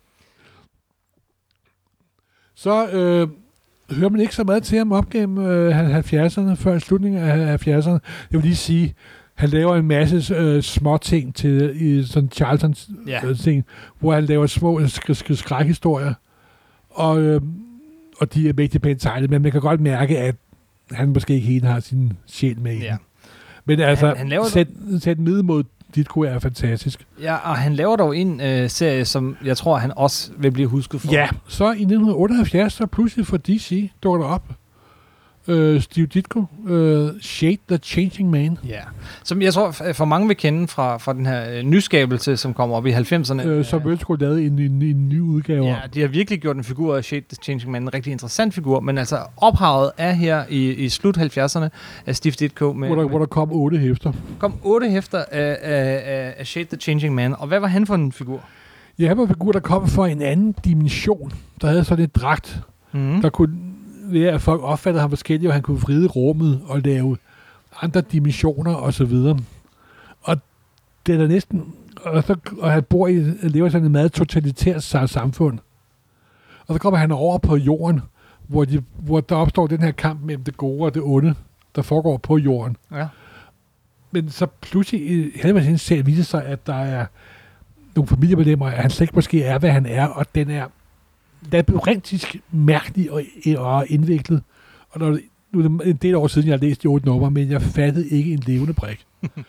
Så hører man ikke så meget til ham op gennem 70'erne, før slutningen af 70'erne. Jeg vil lige sige, han laver en masse små ting til i sådan Charltons ting, hvor han laver små skrækhistorier, og de er mægtig pænt tegnet, men man kan godt mærke, at han måske ikke helt har sin sjæl med i. Men altså, sæt ned mod Ditko er fantastisk. Ja, og han laver dog en serie, som jeg tror, han også vil blive husket for. Ja, så i 1978, så pludselig for DC dukker der op Steve Ditko, Shade the Changing Man. Ja, som jeg tror, for mange vil kende fra den her nyskabelse, som kommer op i 90'erne. Som vel skulle lave en ny udgave. Ja, de har virkelig gjort en figur af Shade the Changing Man, en rigtig interessant figur, men altså ophavet er her i slut 70'erne af Steve Ditko. Hvor der kom 8 hæfter. Kom 8 hæfter af Shade the Changing Man, og hvad var han for en figur? Ja, han var en figur, der kom fra en anden dimension, der havde sådan et dragt, der kunne være, at folk opfattede ham forskelligt, og han kunne vride rummet og lave andre dimensioner og så videre. Og det er næsten, og han lever sådan et meget totalitært samfund. Og så kommer han over på jorden, hvor der opstår den her kamp mellem det gode og det onde, der foregår på jorden. Ja. Men så pludselig, heldigvis selv viser sig, at der er nogle familiemedlemmer, at han slet ikke måske er, hvad han er, og den er labyrintisk mærkelig og indviklet. Og nu er det en del år siden, jeg har læst de 8 numre, men jeg fattede ikke en levende brik.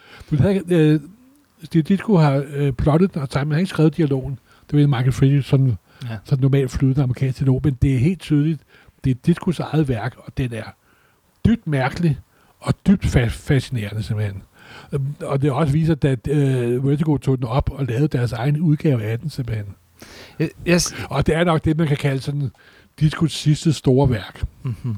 Steve Ditko har plottet og tegnet, men han har ikke skrevet dialogen. Det var Michael Friedrich, sådan normalt flydende amerikansk dialog, men det er helt tydeligt, det er Ditkos eget værk, og den er dybt mærkelig og dybt fascinerende simpelthen. Og det også viser, at Vertigo tog den op og lavede deres egen udgave af den simpelthen. Yes. Og det er nok det, man kan kalde sådan Ditkos sidste store værk. Mm-hmm.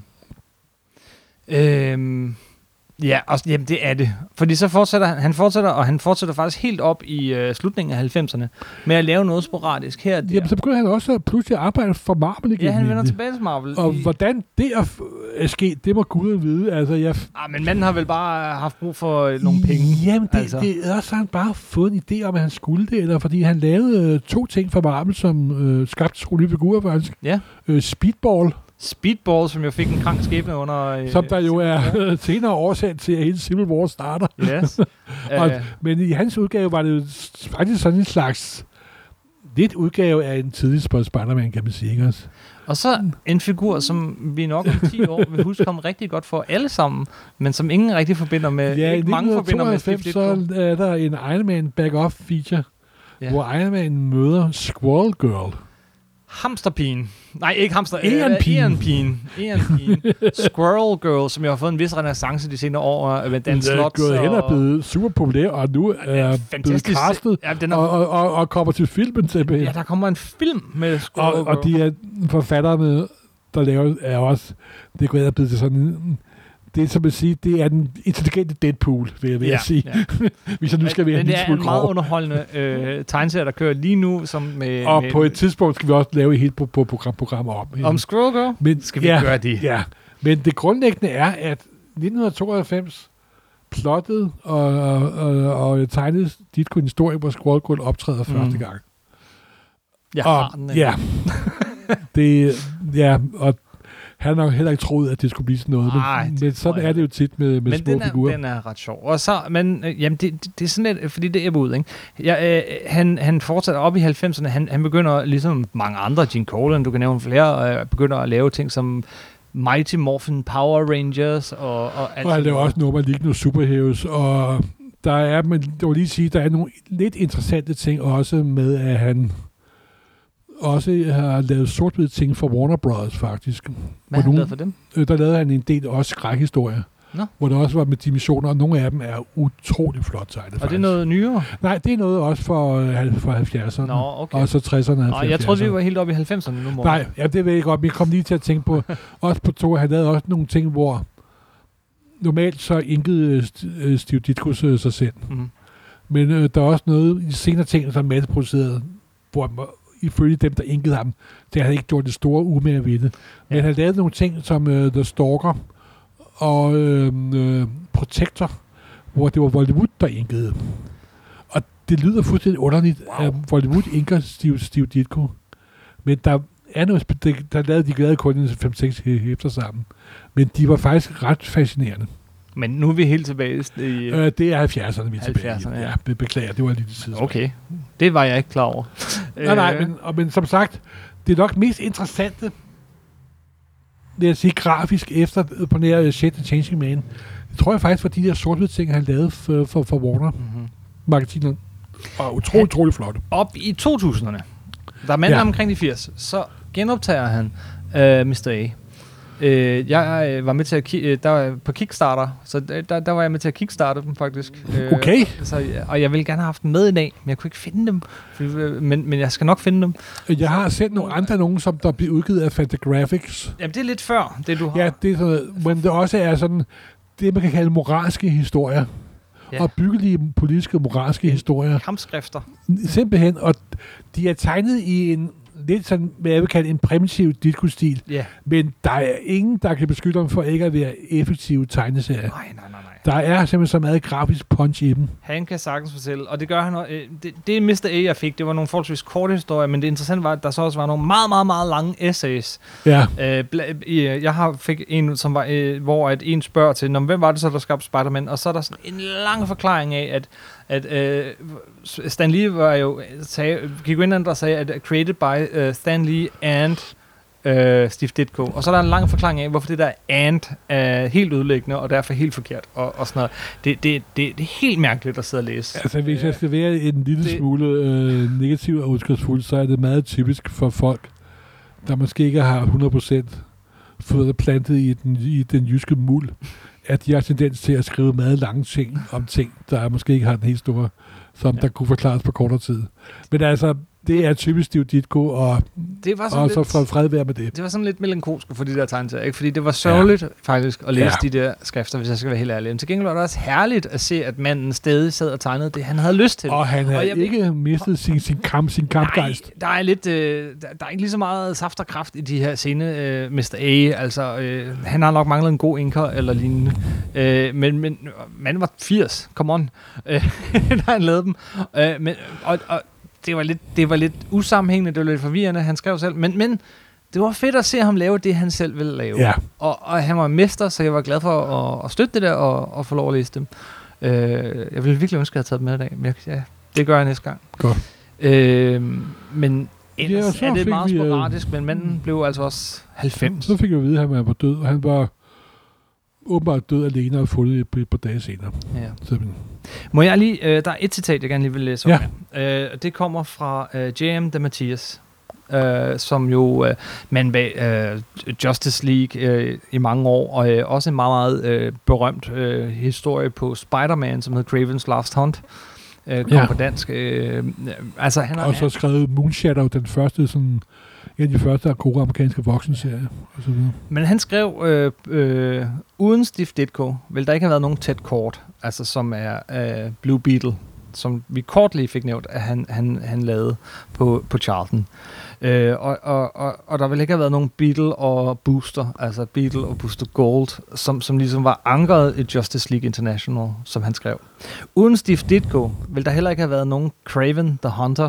Ja, jamen det er det. Fordi så fortsætter han fortsætter faktisk helt op i slutningen af 90'erne med at lave noget sporadisk her. Jamen så begynder han også pludselig at arbejde for Marvel igen. Ja, han vender tilbage til Marvel. Og hvordan det er sket, det må Gud vide. Altså, men manden har vel bare haft brug for nogle penge. Jamen det er også han bare fået en idé om, at han skulle det, eller fordi han lavede 2 ting for Marvel, som skabte nogle nye figurer faktisk. Ja. Speedball, som jo fik en krank skæbne under... som der jo er senere årsag til, at hele Civil War starter. Yes. Men i hans udgave var det jo faktisk sådan en slags lidt udgave af en tidlig Spider-Man, kan man sige, ikke også? Og så en figur, som vi nok om 10 år vil huske kom rigtig godt for alle sammen, men som ingen rigtig forbinder med... Ja, ikke mange forbinder med Steve Ditko. Så er der en Iron Man back-off feature, hvor Iron Man møder Squirrel Girl. Hamsterpigen. Nej, ikke hamster. Egerpigen. Squirrel Girl, som jo har fået en vis renaissance de senere år med Dan Slotts. Den er blevet super populær, og nu er blevet castet, og kommer til filmen tilbage. Ja, der kommer en film med Squirrel Girl. Og de er forfatterne, der laver, er også, det går blevet til sådan det er som at sige, det er den intelligente Deadpool, vil jeg sige. Ja. Hvis jeg nu skal være en lille smule grov. Det er en meget underholdende tegneserie, der kører lige nu. Som med, på et tidspunkt skal vi også lave et helt programmer om. Om Squirrel Girl? Men skal vi gøre det? Ja, men det grundlæggende er, at 1992 plottet og tegnede Ditko en historie, hvor Squirrel Girl optræder første gang. Jeg har den. Og han har nok heller ikke troet, at det skulle blive sådan noget. Men sådan er det jo tit med små figurer. Den er ret sjov. Og så, men jamen, det er sådan lidt, fordi det er ud, ikke? Han fortsætter op i 90'erne. Han begynder, ligesom mange andre, Gene Colan, du kan nævne flere, begynder at lave ting som Mighty Morphin Power Rangers og alt. Og han laver også noget, man ligner superheroes, og der er, men jeg vil lige sige, der er nogle lidt interessante ting også med, at han også har lavet sort-hvid ting for Warner Brothers, faktisk. Hvad har han lavet for dem? Der lavede han en del også skrækhistorier, hvor der også var med dimensioner, og nogle af dem er utrolig flot tegnet. Og det er noget nyere? Nej, det er noget også for 70'erne. Nå, okay. Og så 60'erne og 70'erne. Jeg troede, vi var helt oppe i 90'erne nu. Nej, det ved jeg godt, men jeg kom lige til at tænke på, også på to, han lavede også nogle ting, hvor normalt så indgede Steve Ditko sig selv. Mm-hmm. Men der er også noget i senere ting, som er masseproduceret, hvor ifølge dem, der inkede ham, det havde ikke gjort det store umage at vinde. Men han lavede nogle ting som The Stalker og Protector, hvor det var Voldemort, der inkede. Og det lyder fuldstændig underligt, at Voldemort inker Steve Ditko. Men der er noget, der lavede de glade kun 5-6 hæfter sammen. Men de var faktisk ret fascinerende. Men nu er vi helt tilbage i... det er 70'erne, vi er tilbage i. Ja, beklager, det var lidt tidspunkt. Okay, det var jeg ikke klar over. Nej, men som sagt, det er nok mest interessante, vil jeg sige, grafisk efter på nær Shit the Changing Man. Det tror jeg faktisk var de der sort-hvide ting, han lavede for Warner magasinet. Og utrolig flot. Op i 2000'erne, der er omkring de 80, så genoptager han Mr. A. Jeg var med til at på Kickstarter, så der var jeg med til at kickstarte dem faktisk. Okay. Og jeg ville gerne have haft dem med i dag, men jeg kunne ikke finde dem. Men jeg skal nok finde dem. Jeg har set nogle, som der bliver udgivet af Fantagraphics. Jamen det er lidt før, det du har. Ja, det er sådan, men det også er sådan, det man kan kalde moralske historier. Ja. Og byggelige politiske moralske historier. Kampskrifter. Simpelthen, og de er tegnet i en lidt sådan, hvad jeg vil kalde en primitiv Ditko-stil. Yeah. Men der er ingen, der kan beskytte dem for ikke at være effektive tegneserier. Nej. Der er simpelthen så meget grafisk punch i dem. Han kan sagtens fortælle, og det gør han. Det Mr. A, jeg fik, det var nogle forholdsvis korte historier, men det interessante var, at der så også var nogle meget, meget, meget lange essays. Ja. Jeg fik en, som var, hvor at en spørger til, hvem var det så, der skabte Spider-Man? Og så er der sådan en lang forklaring af, at Stan Lee var jo gik ind og sagde, at created by Stan Lee and Steve Ditko. Og så er der en lang forklaring af, hvorfor det der and er helt ødelæggende, og derfor helt forkert, og sådan noget. Det er helt mærkeligt at sidde og læse. Altså, hvis jeg skal være en lille smule negativ og udskridsfuld, så er det meget typisk for folk, der måske ikke har 100% fået plantet i den jyske muld, at de har tendens til at skrive meget lange ting om ting, der måske ikke har den helt store, som der kunne forklares på kortere tid. Men altså, det er typisk Steve Ditko, og så for fred være med det. Det var sådan lidt melankolsk for de der tegneserier, ikke? Fordi det var sørgeligt faktisk at læse de der skrifter, hvis jeg skal være helt ærlig. Men til gengæld var det også herligt at se, at manden stadig sad og tegnede det, han havde lyst til. Og han havde ikke mistet sin kampgejst. Der er lidt, der er ikke lige så meget saft og kraft i de her scene, Mr. A. Altså, han har nok manglet en god inker eller lignende. Men manden var 80, come on, da han lavede dem. Det var lidt usammenhængende, det var lidt forvirrende, han skrev selv, men det var fedt at se ham lave det, han selv ville lave. Ja. Og han var mester, så jeg var glad for at støtte det der og få lov at læse dem. Jeg ville virkelig ønske, at jeg havde taget dem med i dag, men det gør jeg næste gang. Godt. Men ellers er det meget sporadisk, men manden blev altså også 90. Så fik jeg at vide, at han var død, og han var åbenbart død alene og fundet et par dage senere. Ja. Må jeg lige... der er et citat, jeg gerne lige vil læse op med. Det kommer fra J.M. DeMatteis, som jo mand bag Justice League i mange år, og også en meget, meget berømt historie på Spider-Man, som hedder Kraven's Last Hunt. Kom på dansk. Altså, han har så skrevet Moonshadow, den første sådan... En af de første gode amerikanske voksenserier. Men han skrev, uden Steve Ditko, vil der ikke have været nogen Ted Kord, altså som er Blue Beetle, som vi kort lige fik nævnt, at han lavede på Charlton. Og der vil ikke have været nogen Beetle og Booster, altså Beetle og Booster Gold, som ligesom var ankeret i Justice League International, som han skrev. Uden Steve Ditko vil der heller ikke have været nogen Kraven the Hunter.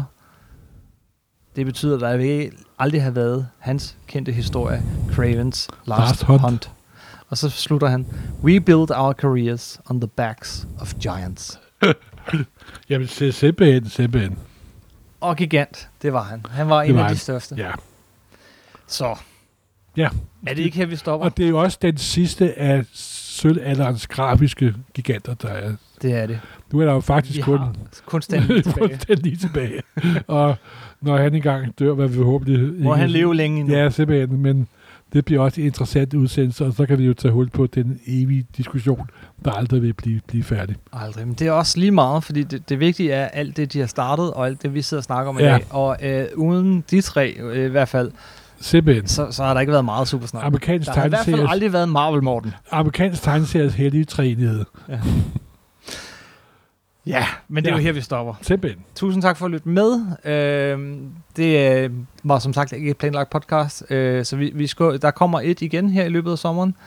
Det betyder, at der vil aldrig have været hans kendte historie, Kraven's Last Hunt. Og så slutter han, we build our careers on the backs of giants. Jamen, simpelthen. Og gigant, det var han. Han var en af de største. Ja. Så. Ja. Er det ikke her, vi stopper? Og det er jo også den sidste af sølvalderens grafiske giganter, der er. Det er det. Nu er der jo faktisk kun stændig tilbage. Og når han engang dør, hvad vi håber... Må han leve længe endnu. Ja, simpelthen. Men det bliver også en interessant udsendelse, og så kan vi jo tage hul på den evige diskussion, der aldrig vil blive færdig. Aldrig. Men det er også lige meget, fordi det vigtige er alt det, de har startet, og alt det, vi sidder og snakker om i dag. Og uden de tre i hvert fald, så har der ikke været meget supersnak. Der har i hvert fald aldrig været Marvel, Morten. Amerikansk tegneseriers hellige træenighed. Ja. Ja, men det er jo her, vi stopper. Simpelthen. Tusind tak for at lytte med. Det var som sagt ikke et planlagt podcast, så der kommer et igen her i løbet af sommeren,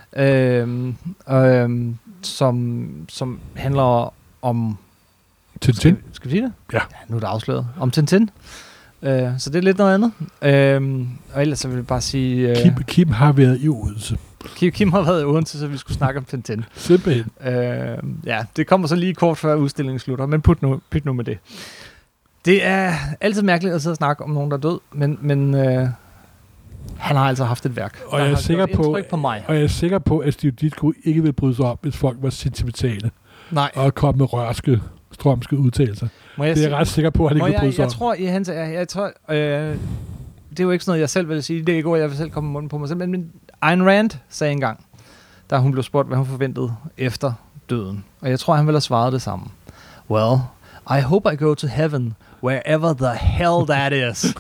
som handler om... Tintin. Skal vi sige det? Ja. Nu er det afsløret. Om Tintin. Så det er lidt noget andet. Og ellers så vil jeg bare sige... Kim har været i Odense. Kim har været i Odense, så vi skulle snakke om Tintin. Simpelthen. Ja, det kommer så lige kort før udstillingen slutter, men pyt nu med det. Det er altid mærkeligt at sidde og snakke om nogen, der er død, men han har altså haft et værk. Og jeg er sikker på mig. Og jeg er sikker på, at Steve Ditko ikke vil bryde sig om, hvis folk var sentimentale. Nej. Og komme med strømske udtalelser. Det er jeg ret sikker på, at han ikke vil bryde sig om. Jeg tror, i hans... det er jo ikke sådan noget, jeg selv vil sige. Det er ikke ord, jeg vil selv komme i munden på mig selv. Men Ayn Rand sagde engang, da hun blev spurgt, hvad hun forventede efter døden. Og jeg tror, han ville have svaret det samme. Well, I hope I go to heaven, wherever the hell that is.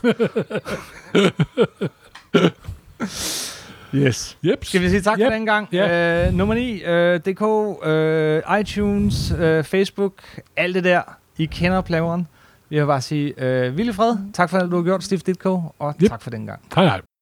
Yes. Yep. Skal vi sige tak for den gang? Yep. Nummer 9, DK, iTunes, Facebook, alt det der. I kender plaveren. Vi vil bare sige, Vilde Fred, tak for alt, du har gjort, Steve Ditko, og tak for den gang. Hej hej.